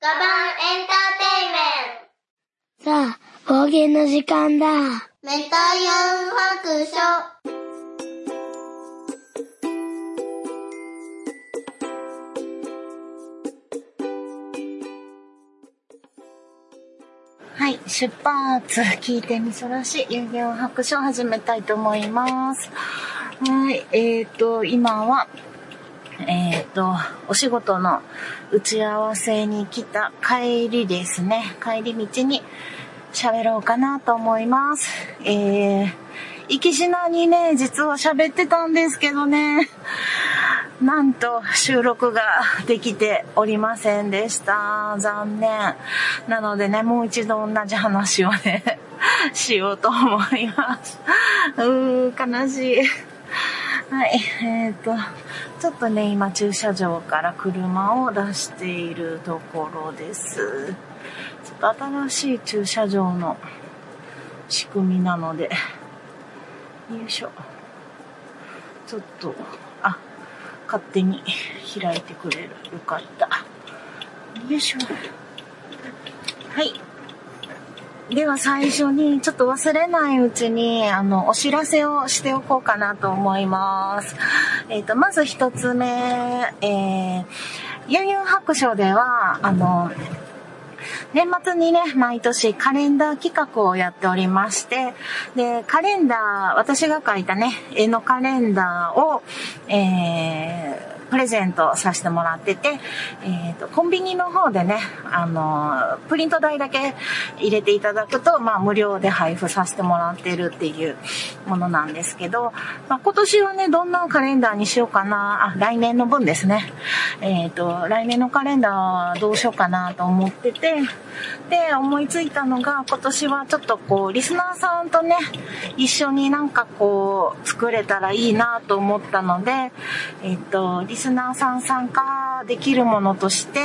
ガバンエンターテイメント。 さあ、方言の時間だ。 メタヨン白書。 はい、出発聞いてみそらし有限白書を始めたいと思います。はい、今はお仕事の打ち合わせに来た帰りですね。帰り道に喋ろうかなと思います。行きしなにね、実は喋ってたんですけどね、なんと収録ができておりませんでした。残念。なのでね、もう一度同じ話をね、しようと思います。悲しい。はい、ちょっとね、今駐車場から車を出しているところです。ちょっと新しい駐車場の仕組みなので、よいしょ。ちょっと、勝手に開いてくれる。よかった。よいしょ。はい。では最初にちょっと忘れないうちにお知らせをしておこうかなと思います。まず一つ目、ユンユン白書では年末にね、毎年カレンダー企画をやっておりまして、で、カレンダー、私が描いたね、絵のカレンダーを、プレゼントさせてもらってて、コンビニの方でね、プリント代だけ入れていただくと、無料で配布させてもらってるっていうものなんですけど、今年はね、どんなカレンダーにしようかな、来年の分ですね。来年のカレンダーはどうしようかなと思ってて、で、思いついたのが、今年はちょっとリスナーさんとね、一緒に作れたらいいなと思ったので、リスナーさん参加できるものとして、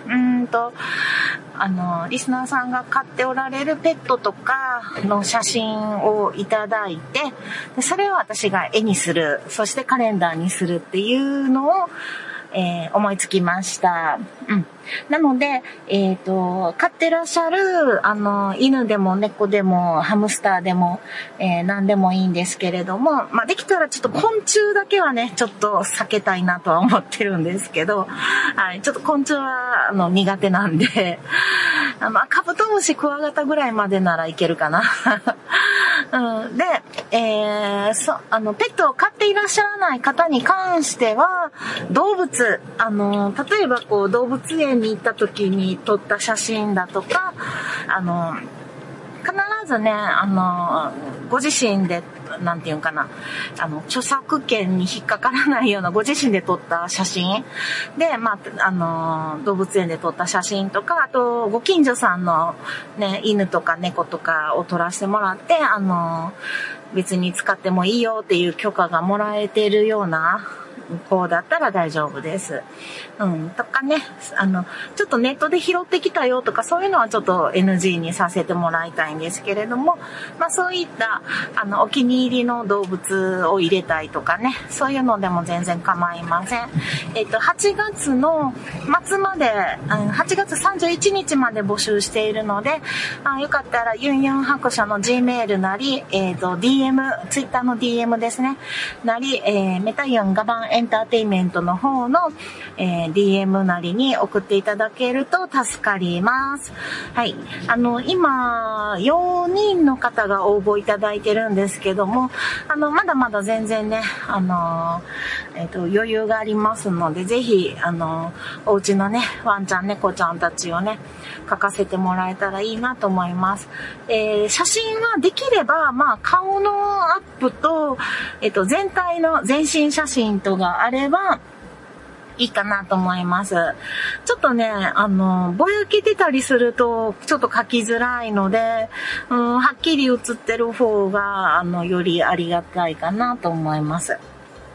リスナーさんが飼っておられるペットとかの写真をいただいて、でそれを私が絵にする、そしてカレンダーにするっていうのを、思いつきました。なので、飼ってらっしゃる、犬でも猫でもハムスターでも、何でもいいんですけれども、できたらちょっと昆虫だけはね、ちょっと避けたいなとは思ってるんですけど、はい、ちょっと昆虫は、苦手なんで、カブトムシ、クワガタぐらいまでならいけるかな。で、ペットを飼っていらっしゃらない方に関しては、動物、例えば動物園に行った時に撮った写真だとか、必ずね、ご自身で、なんていうかな、著作権に引っかからないようなご自身で撮った写真で、動物園で撮った写真とか、あと、ご近所さんのね、犬とか猫とかを撮らせてもらって、別に使ってもいいよっていう許可がもらえてるような、こうだったら大丈夫です。とかね、ちょっとネットで拾ってきたよとか、そういうのはちょっと NG にさせてもらいたいんですけれども、そういった、お気に入りの動物を入れたいとかね、そういうのでも全然構いません。8月の末まで、8月31日まで募集しているので、よかったらユンユン白書の Gmail なり、DM、Twitter の DM ですね、なり、メタユンガバンエンターテイメントの方の、DM なりに送っていただけると助かります。はい。今、4人の方が応募いただいてるんですけども、まだまだ全然ね、余裕がありますので、ぜひ、お家のね、ワンちゃん、猫ちゃんたちをね、描かせてもらえたらいいなと思います。写真はできれば、顔のアップと、全体の全身写真とがあれば、いいかなと思います。ちょっとね、ぼやけてたりすると、ちょっと描きづらいので、はっきり写ってる方が、よりありがたいかなと思います。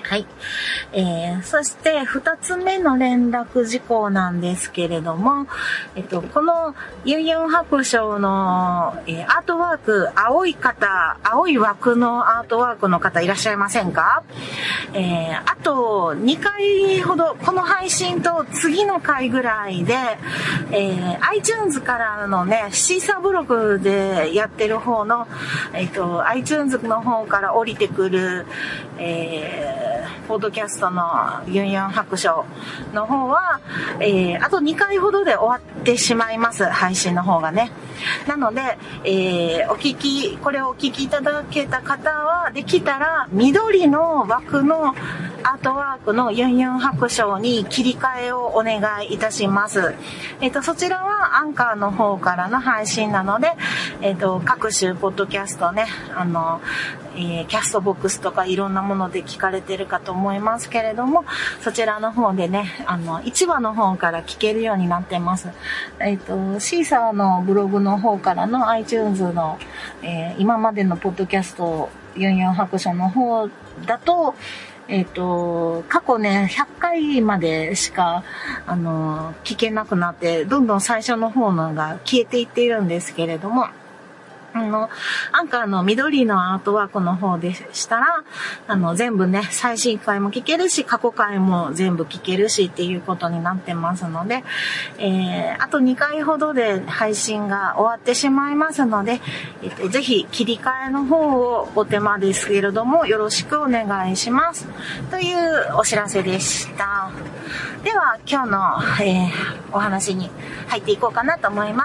はい。そして二つ目の連絡事項なんですけれども、このユンユン白書の、アートワーク、青い枠のアートワークの方いらっしゃいませんか？あと2回ほど、この配信と次の回ぐらいで、iTunes からのね、シーサーブログでやってる方の、iTunes の方から降りてくる、ポッドキャストのユンユン白書の方は、あと2回ほどで終わってしまいます、配信の方がね。なので、これをお聞きいただけた方は、できたら緑の枠のアートワークのユンユン白書に切り替えをお願いいたします。そちらはアンカーの方からの配信なので、各種ポッドキャストね、キャストボックスとかいろんなもので聞かれてるかと思いますけれども、そちらの方でね、1話の方から聞けるようになってます。シーサーのブログの方からの iTunes の、今までのポッドキャストユンユン白書の方だと、過去ね、100回までしか、聞けなくなって、どんどん最初の方のが消えていっているんですけれども、アンカーの緑のアートワークの方でしたら、全部ね、最新回も聞けるし、過去回も全部聞けるしっていうことになってますので、あと2回ほどで配信が終わってしまいますので、ぜひ切り替えの方をお手間ですけれども、よろしくお願いします。というお知らせでした。では、今日の、お話に入っていこうかなと思います。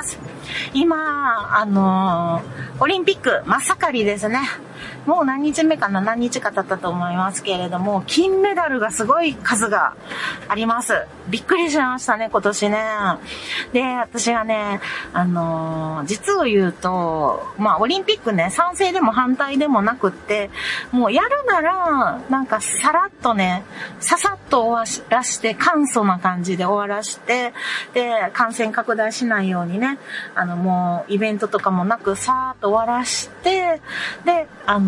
今、オリンピック真っ盛りですね。もう何日目かな、何日か経ったと思いますけれども、金メダルがすごい数があります。びっくりしましたね、今年ね。で、私はね、実を言うと、オリンピックね、賛成でも反対でもなくって、もうやるなら、なんかさらっとね、ささっと終わらして、簡素な感じで終わらして、で、感染拡大しないようにね、もうイベントとかもなくさーっと終わらして、で、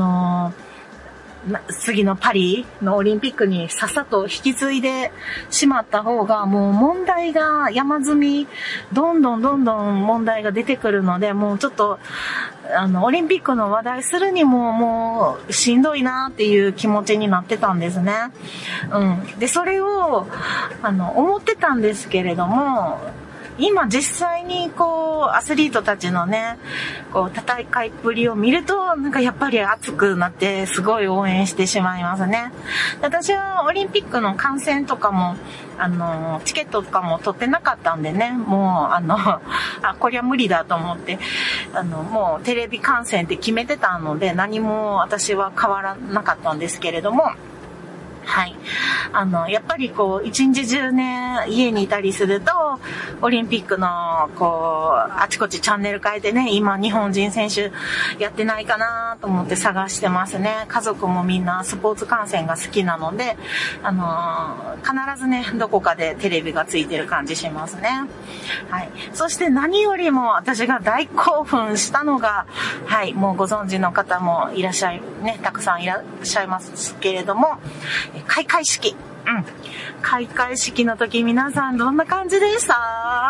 次のパリのオリンピックにさっさと引き継いでしまった方が、もう問題が山積み、どんどん問題が出てくるので、もうちょっと、オリンピックの話題するにももうしんどいなっていう気持ちになってたんですね。で、それを、思ってたんですけれども、今実際にアスリートたちのね、戦いっぷりを見ると、なんかやっぱり熱くなってすごい応援してしまいますね。私はオリンピックの観戦とかも、チケットとかも取ってなかったんでね、もう、こりゃ無理だと思って、もうテレビ観戦って決めてたので、何も私は変わらなかったんですけれども、はい。やっぱり一日中ね、家にいたりすると、オリンピックの、あちこちチャンネル変えてね、今日本人選手やってないかなと思って探してますね。家族もみんなスポーツ観戦が好きなので、必ずね、どこかでテレビがついてる感じしますね。はい。そして何よりも私が大興奮したのが、はい、もうご存知の方もいらっしゃい、ね、たくさんいらっしゃいますけれども、開会式。開会式の時皆さんどんな感じでした？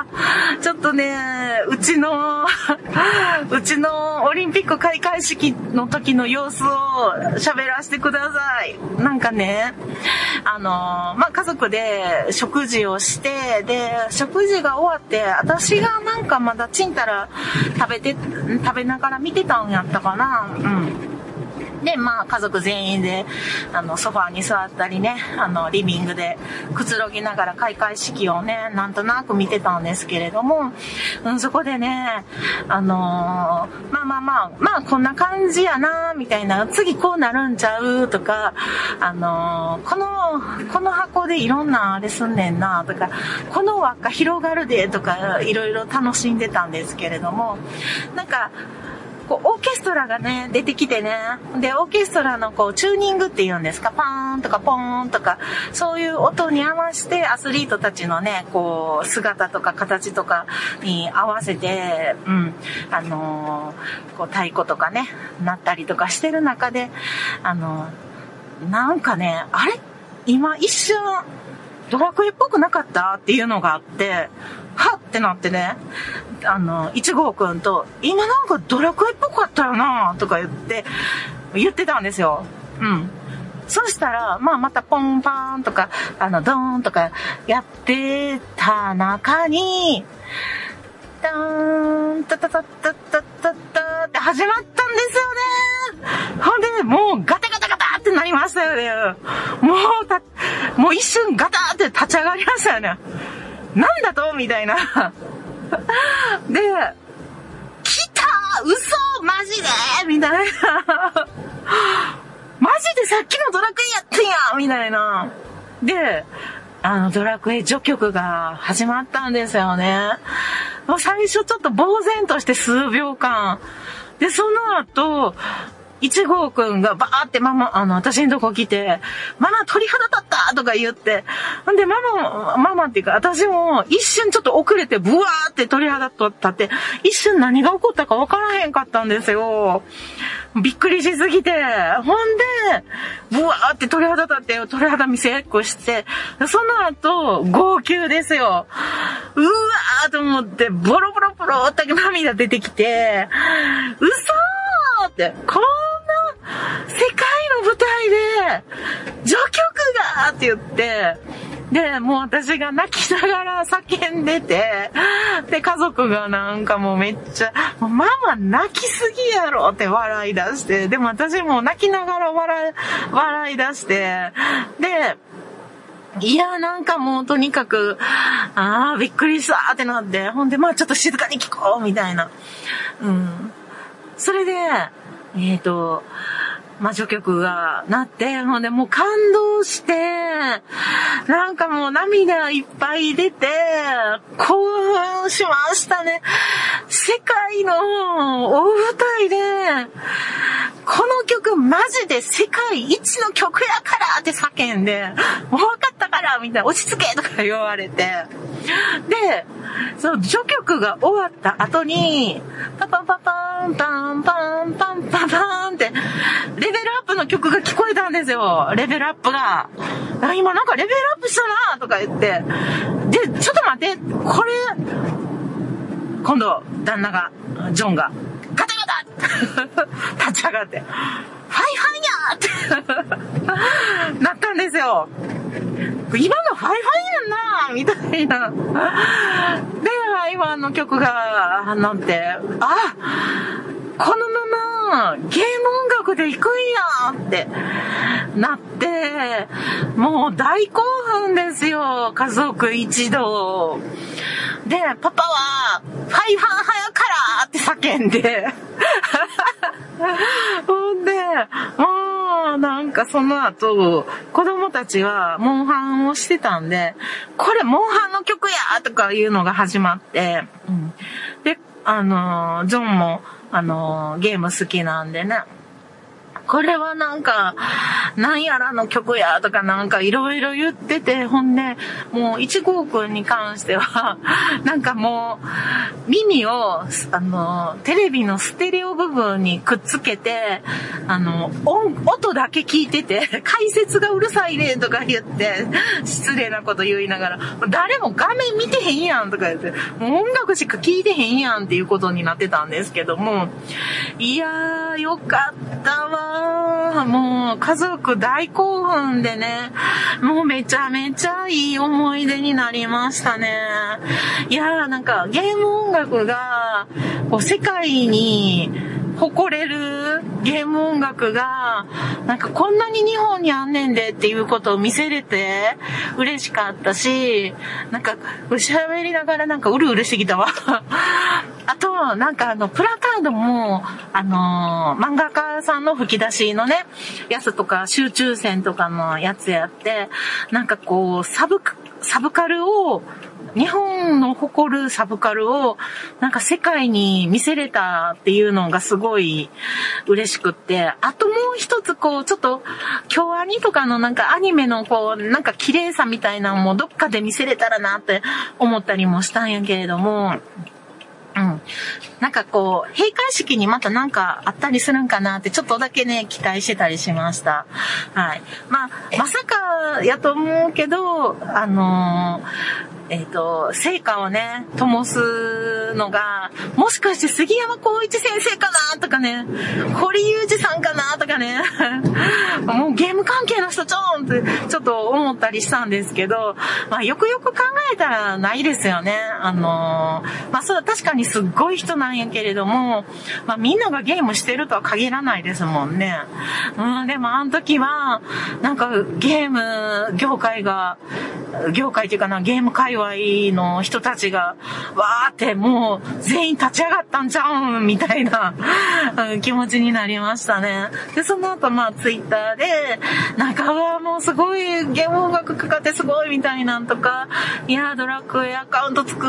ちょっとね、うちのオリンピック開会式の時の様子を喋らせてください。なんかね、家族で食事をして、で、食事が終わって、私がなんかまだちんたら食べながら見てたんやったかな。で、家族全員で、ソファーに座ったりね、リビングでくつろぎながら開会式をね、なんとなく見てたんですけれども、そこでね、こんな感じやな、みたいな、次こうなるんちゃうとか、この箱でいろんなあれすんねんな、とか、この輪っか広がるで、とか、いろいろ楽しんでたんですけれども、なんか、オーケストラがね、出てきてね。で、オーケストラのチューニングって言うんですか、パーンとかポーンとか、そういう音に合わせてアスリートたちのね、姿とか形とかに合わせて、太鼓とかね、なったりとかしてる中で、なんかね、あれ今一瞬、ドラクエっぽくなかったっていうのがあって、はってなってね、1号くんと、今なんかドラクエっぽかったよなとか言ってたんですよ。うん。そしたら、またポンパーンとか、ドーンとかやってた中に、ダーン、タタタタタタタって始まったんですよね。ほんで、もうガタガタガタってなりましたよね。もう一瞬ガタって立ち上がりましたよね。なんだとみたいな。で、来た嘘マジでみたいな。マジでさっきのドラクエやってんやみたいな。で、ドラクエ序曲が始まったんですよね。最初ちょっと呆然として数秒間。で、その後、1号くんがバーって私のとこ来て、ママ鳥肌立ったとか言って、んでママっていうか、私も一瞬ちょっと遅れてブワーって鳥肌立ったって、一瞬何が起こったか分からへんかったんですよ。びっくりしすぎて、ほんで、ブワーって鳥肌立って、鳥肌見せっこして、その後、号泣ですよ。うわーと思って、ボロボロボロって涙出てきて、嘘ーって、こんな世界の舞台で、序曲がって言って、で、もう私が泣きながら叫んでて、で、家族がなんかもうめっちゃ、ママ泣きすぎやろって笑い出して、でも私も泣きながら笑い出して、で、いや、なんかもうとにかく、びっくりしたってなって、ほんで、ちょっと静かに聞こうみたいな。うん。それで、序曲がなって、ほんでもう感動して、なんかもう涙いっぱい出て、興奮しましたね。世界の大舞台で、この曲マジで世界一の曲やからって叫んで、もう分かったからみたいな、落ち着けとか言われて、で、その序曲が終わった後に、パパパパンパンパンパンパンパンって、レベルアップの曲が聞こえたんですよ。レベルアップが。今なんかレベルアップしたなとか言って。で、ちょっと待って、これ、今度、旦那が、ジョンが、ガタガタ立ち上がって、ファイファイヤーってなったんですよ。今のファイファイやんなみたいな。で、ファイファイの曲が、なんて、このままゲーム音楽で行くんやってなって、もう大興奮ですよ、家族一同。で、パパは、ファイファン派やからって叫んで、ほんで、もうなんかその後、子供たちはモンハンをしてたんで、これモンハンの曲やとかいうのが始まって、で、ジョンも、ゲーム好きなんでね。これはなんか、なんやらの曲やとかなんかいろいろ言ってて、ほんで、もう1号くんに関しては、なんかもう、耳を、テレビのステレオ部分にくっつけて、音だけ聞いてて、解説がうるさいねとか言って、失礼なこと言いながら、誰も画面見てへんやんとか言って、もう音楽しか聞いてへんやんっていうことになってたんですけども、いやー、よかったわ。もう家族大興奮でね、もうめちゃめちゃいい思い出になりましたね。いやー、なんかゲーム音楽がこう世界に誇れるゲーム音楽がなんかこんなに日本にあんねんでっていうことを見せれて嬉しかったし、なんか喋りながらなんかうるうるしてきたわ。あとなんかプラカードも漫画家さんの吹き出しのねやつとか集中戦とかのやつやって、なんかこうサブカルを、日本の誇るサブカルをなんか世界に見せれたっていうのがすごい嬉しくって、あともう一つこうちょっと京アニとかのなんかアニメのこうなんか綺麗さみたいなのもどっかで見せれたらなって思ったりもしたんやけれども、 なんかこう、閉会式にまたなんかあったりするんかなってちょっとだけね、期待してたりしました。はい。まさかやと思うけど、成果をね、灯すのが、もしかして杉山浩一先生かなとかね、堀裕二さんかなとかね、もうゲーム関係の人ちょーんってちょっと思ったりしたんですけど、よくよく考えたらないですよね。そう、確かにすっごい人なんやけれども、みんながゲームしてるとは限らないですもんね。でもあの時は、なんかゲーム業界っていうかな、ゲーム界隈の人たちが、わーってもう全員立ち上がったんちゃうんみたいな気持ちになりましたね。で、その後ツイッターで、なんかもうすごいゲーム音楽かかってすごいみたいなんとか、いや、ドラクエアカウント作って、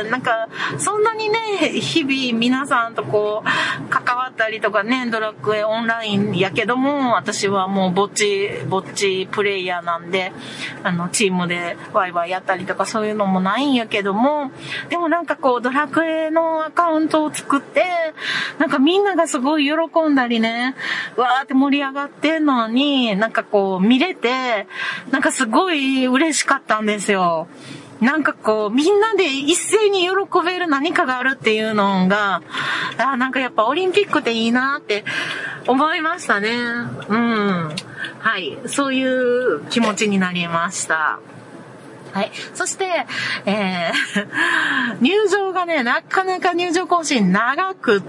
なんか、そんなにね、日々皆さんとこう、関わったりとかね、ドラクエオンラインやけども、私はもうぼっちプレイヤーなんで、チームでワイワイやったりとかそういうのもないんやけども、でもなんかこうドラクエのアカウントを作って、なんかみんながすごい喜んだりね、わーって盛り上がってんのに、なんかこう見れて、なんかすごい嬉しかったんですよ。なんかこう、みんなで一斉に喜べる何かがあるっていうのが、なんかやっぱオリンピックっていいなって思いましたね。はい。そういう気持ちになりました。はい。そして、入場がね、なかなか入場更新長くって、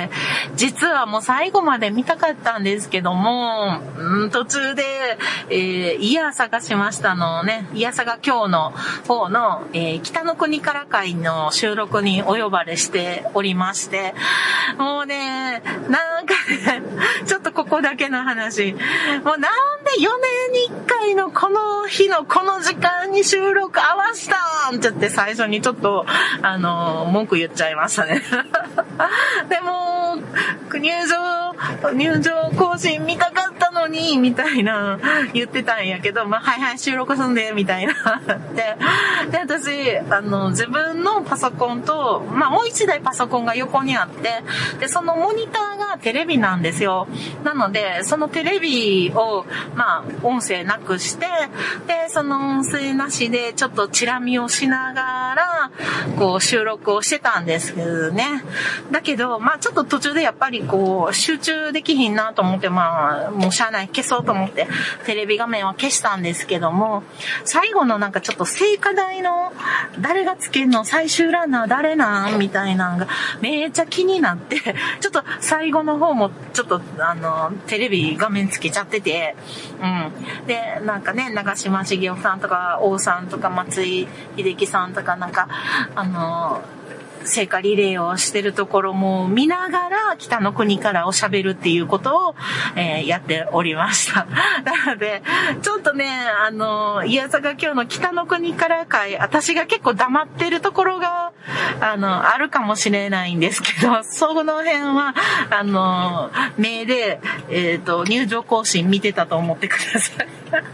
実はもう最後まで見たかったんですけども、途中で、イヤー探しましたのね、イヤー探今日の方の、北の国から会の収録にお呼ばれしておりまして、もうね、なんかね、ちょっとここだけの話、もうなんで4年に1回のこの日のこの時間に収録合わしたんって言って最初にちょっと、文句言っちゃいましたね。でも、入場更新見たかったのに、みたいな言ってたんやけど、はい収録すんで、みたいな。で、私、自分のパソコンと、もう一台パソコンが横にあって、で、そのモニターがテレビなんですよ。なので、そのテレビを、音声なくして、で、その音声なしで、ちょっとチラ見をしながら、こう、収録をしてたんですけどね。だけど、ちょっと途中でやっぱりこう、集中できひんなと思って、もうしゃあない、消そうと思って、テレビ画面は消したんですけども、最後のなんかちょっと聖火台の、誰がつけんの、最終ランナー誰なんみたいなのが、めっちゃ気になって、ちょっと最後の方も、ちょっと、テレビ画面つけちゃってて、で、なんかね、長嶋茂雄さんとか、王さんとか、松井秀喜さんとか、なんか、聖火リレーをしてるところも見ながら北の国からおしゃべるっていうことを、やっておりました。なので、ちょっとね、いやさが今日の北の国から会、私が結構黙ってるところが、あるかもしれないんですけど、その辺は、目で、入場更新見てたと思ってください。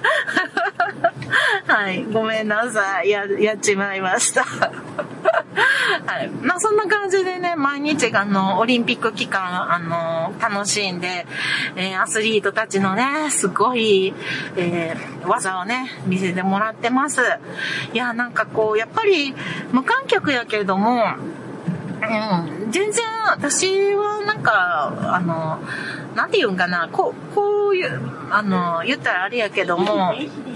はい、ごめんなさい。やっちまいました。はい。そんな感じでね、毎日がオリンピック期間、楽しんで、アスリートたちのね、すごい、技をね、見せてもらってます。いや、なんかこう、やっぱり、無観客やけれども、全然、私はなんか、なんて言うんかな、こういう、言ったらあれやけども、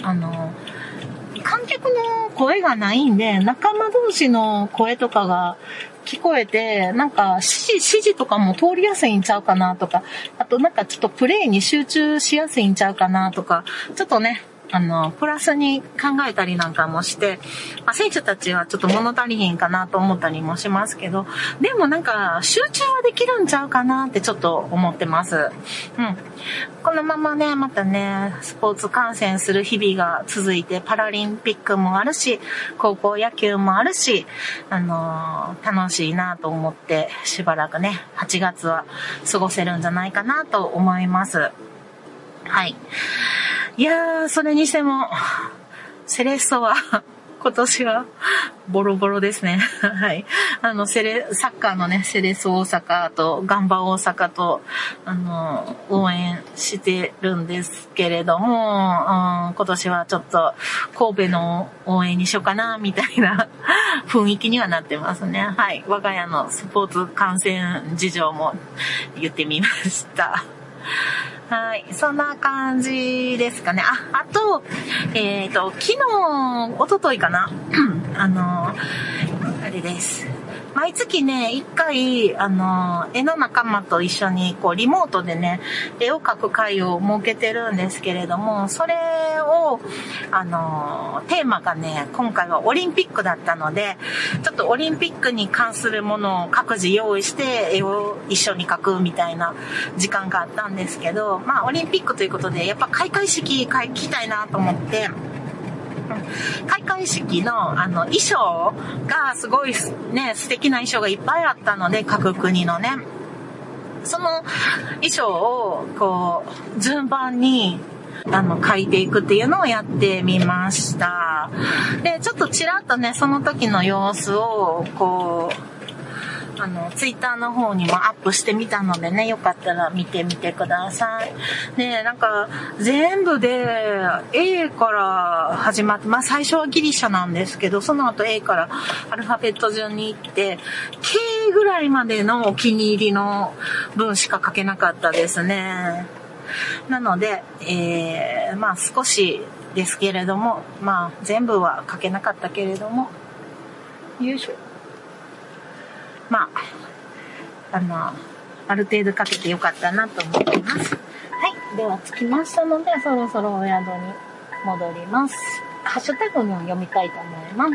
観客の声がないんで、仲間同士の声とかが聞こえて、なんか指示とかも通りやすいんちゃうかなとか、あとなんかちょっとプレイに集中しやすいんちゃうかなとか、ちょっとね、プラスに考えたりなんかもして、選手たちはちょっと物足りひんかなと思ったりもしますけど、でもなんか集中はできるんちゃうかなってちょっと思ってます。このままね、またね、スポーツ観戦する日々が続いて、パラリンピックもあるし、高校野球もあるし、楽しいなと思って、しばらくね、8月は過ごせるんじゃないかなと思います。はい。いやー、それにしても、セレッソは今年はボロボロですね。はい。サッカーのね、セレッソ大阪とガンバ大阪と、応援してるんですけれども、今年はちょっと神戸の応援にしようかな、みたいな雰囲気にはなってますね。はい。我が家のスポーツ観戦事情も言ってみました。はい。そんな感じですかね。あと、昨日、一昨日かな。あれです。毎月ね、一回、絵の仲間と一緒に、リモートでね、絵を描く会を設けてるんですけれども、それを、テーマがね、今回はオリンピックだったので、ちょっとオリンピックに関するものを各自用意して、絵を一緒に描くみたいな時間があったんですけど、まあ、オリンピックということで、やっぱ開会式聞きたいなと思って、開会式の衣装がすごいね、素敵な衣装がいっぱいあったので、各国のね、その衣装を順番に書いていくっていうのをやってみました。で、ちょっとちらっとね、その時の様子をツイッターの方にもアップしてみたのでね、よかったら見てみてください。で、なんか、全部で A から始まって、まあ最初はギリシャなんですけど、その後 A からアルファベット順に行って、K ぐらいまでのお気に入りの文しか書けなかったですね。なので、まあ少しですけれども、まあ全部は書けなかったけれども、よいしょ。まあ、ある程度かけてよかったなと思っています。はい。では、着きましたので、そろそろお宿に戻ります。ハッシュタグも読みたいと思います。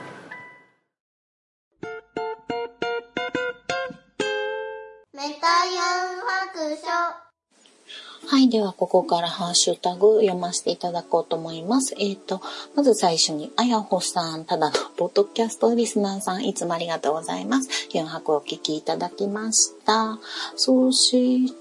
メタヤン白書。 はい。では、ここからハッシュタグ読ませていただこうと思います。まず最初に、あやほさん、ただのポッドキャストリスナーさん、いつもありがとうございます。4泊お聞きいただきました。そして、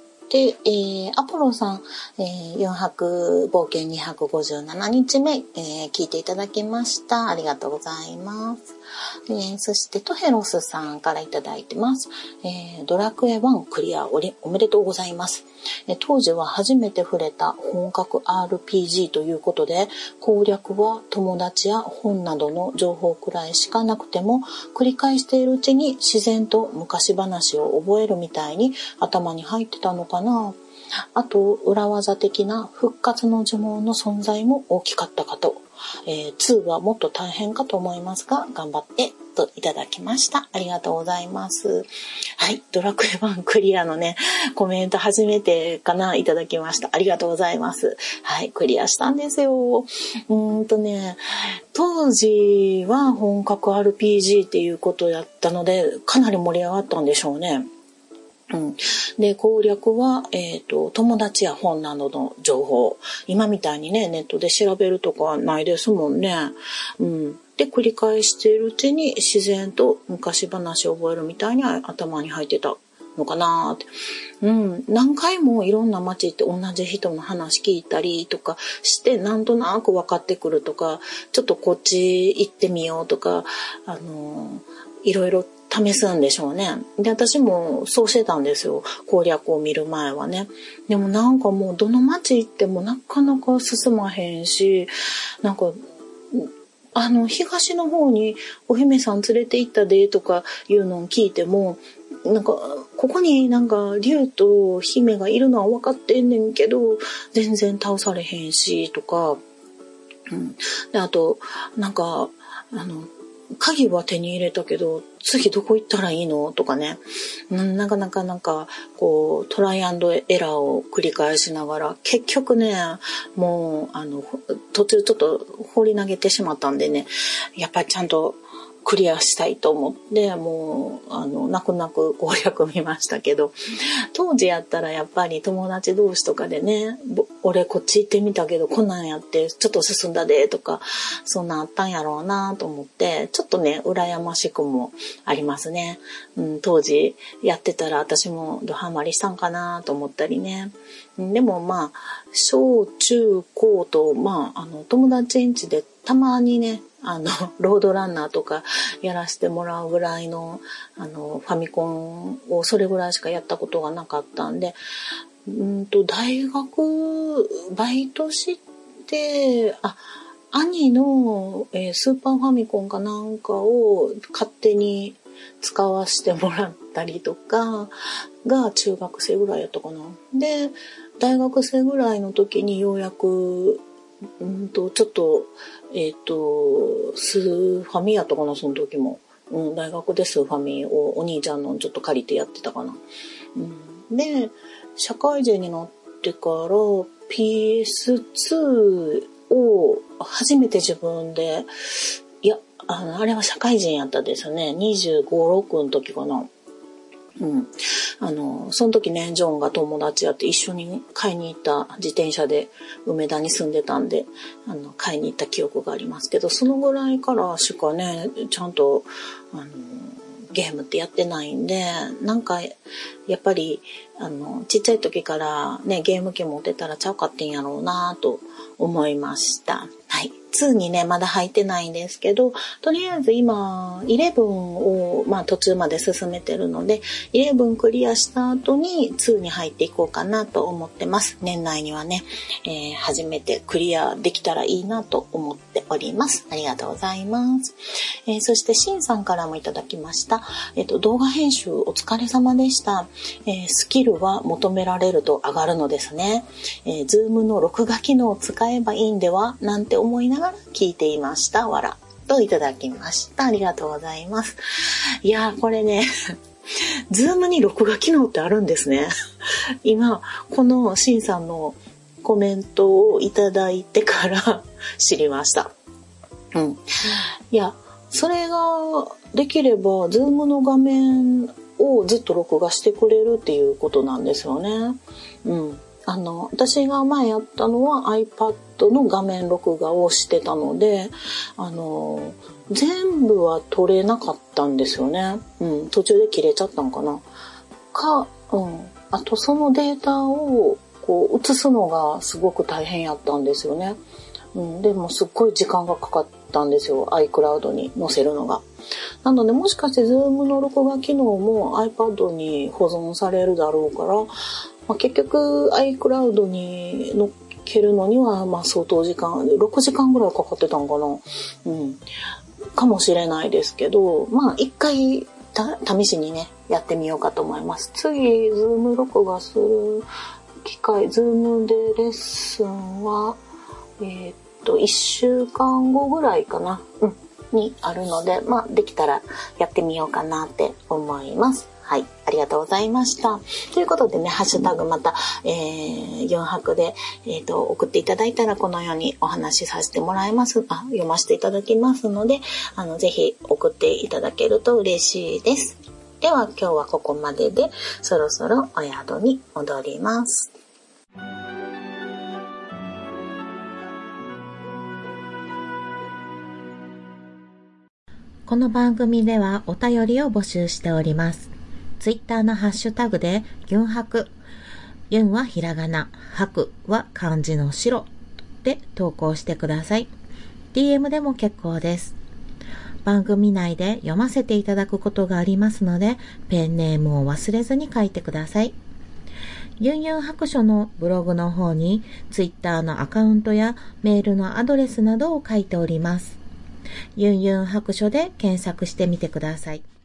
アポロさん、4泊冒険257日目、聞いていただきました。ありがとうございます。そしてトヘロスさんからいただいてます。ドラクエ1クリアおめでとうございます。当時は初めて触れた本格 RPG ということで、攻略は友達や本などの情報くらいしかなくても、繰り返しているうちに自然と昔話を覚えるみたいに頭に入ってたのかな。あと、裏技的な復活の呪文の存在も大きかったかと。2はもっと大変かと思いますが、頑張ってといただきました。ありがとうございます。はい、ドラクエ1クリアのね、コメント初めてかないただきました。ありがとうございます。はい、クリアしたんですよ。当時は本格 RPG っていうことやったので、かなり盛り上がったんでしょうね。で、攻略は、友達や本などの情報。今みたいにね、ネットで調べるとかないですもんね。で、繰り返しているうちに自然と昔話を覚えるみたいに頭に入ってたのかなって。何回もいろんな街って同じ人の話聞いたりとかして、なんとなく分かってくるとか、ちょっとこっち行ってみようとか、いろいろ試すんでしょうね。で、私もそうしてたんですよ。攻略を見る前はね。でもなんかもうどの街行ってもなかなか進まへんし、なんか、東の方にお姫さん連れて行ったでとかいうのを聞いても、なんか、ここになんか竜と姫がいるのは分かってんねんけど、全然倒されへんし、とか、で、あと、なんか、鍵は手に入れたけど、次どこ行ったらいいのとかね。なかなか、トライアンドエラーを繰り返しながら、結局ね、もう、途中ちょっと放り投げてしまったんでね、やっぱりちゃんとクリアしたいと思って、もう、泣く泣く攻略見ましたけど、当時やったらやっぱり友達同士とかでね、俺こっち行ってみたけどこんなんやってちょっと進んだでとか、そんなんあったんやろうなと思って、ちょっとね、羨ましくもありますね。当時やってたら私もドハマりしたんかなと思ったりね。でもまあ、小中高と、友達ん家でたまにね、 ロードランナーとかやらせてもらうぐらいの、ファミコンをそれぐらいしかやったことがなかったんで、大学、バイトして、兄の、スーパーファミコンかなんかを勝手に使わせてもらったりとかが中学生ぐらいやったかな。で、大学生ぐらいの時にようやく、ちょっと、スーファミやったかな、その時も。大学でスーファミをお兄ちゃんのちょっと借りてやってたかな。で、社会人になってから PS2 を初めて自分で、あれは社会人やったですね。25、6の時かな。その時ね、ジョンが友達やって一緒に買いに行った自転車で梅田に住んでたんで、買いに行った記憶がありますけど、そのぐらいからしかね、ちゃんと、ゲームってやってないんで、なんか、やっぱり、ちっちゃい時からね、ゲーム機持ってたらちゃうかってんやろうなと思いました。はい。2にね、まだ入ってないんですけど、とりあえず今、11を、途中まで進めてるので、11クリアした後に2に入っていこうかなと思ってます。年内にはね、初めてクリアできたらいいなと思っております。ありがとうございます。そして、シンさんからもいただきました。動画編集お疲れ様でした。スキルは求められると上がるのですね。Zoom の録画機能を使えばいいんではなんて思いながら聞いていました。わら。といただきました。ありがとうございます。いやー、これね、Zoom に録画機能ってあるんですね。今、このシンさんのコメントをいただいてから知りました。いや、それができれば、Zoom の画面をずっと録画してくれるっていうことなんですよね。私が前やったのは iPad の画面録画をしてたので、全部は撮れなかったんですよね。途中で切れちゃったのかな。あとそのデータをこう移すのがすごく大変やったんですよね。でもすっごい時間がかかったんですよ。iCloud に載せるのが。なのでもしかして Zoom の録画機能も iPad に保存されるだろうから、結局 iCloud に載っけるのには相当時間、6時間ぐらいかかってたんかな。かもしれないですけど、一回試しにね、やってみようかと思います。次、Zoom 録画する機会、Zoom でレッスンは、1週間後ぐらいかな、にあるので、できたらやってみようかなって思います。はい、ありがとうございました。ということでね、ハッシュタグまた、4拍で、送っていただいたらこのようにお話しさせてもらいます。読ませていただきますので、ぜひ送っていただけると嬉しいです。では今日はここまでで、そろそろお宿に戻ります。 この番組ではお便りを募集しております。ツイッターのハッシュタグでギュンハク、ユンはひらがな、ハクは漢字の白で投稿してください。DM でも結構です。番組内で読ませていただくことがありますので、ペンネームを忘れずに書いてください。ユンユン白書のブログの方にツイッターのアカウントやメールのアドレスなどを書いております。ユンユン白書で検索してみてください。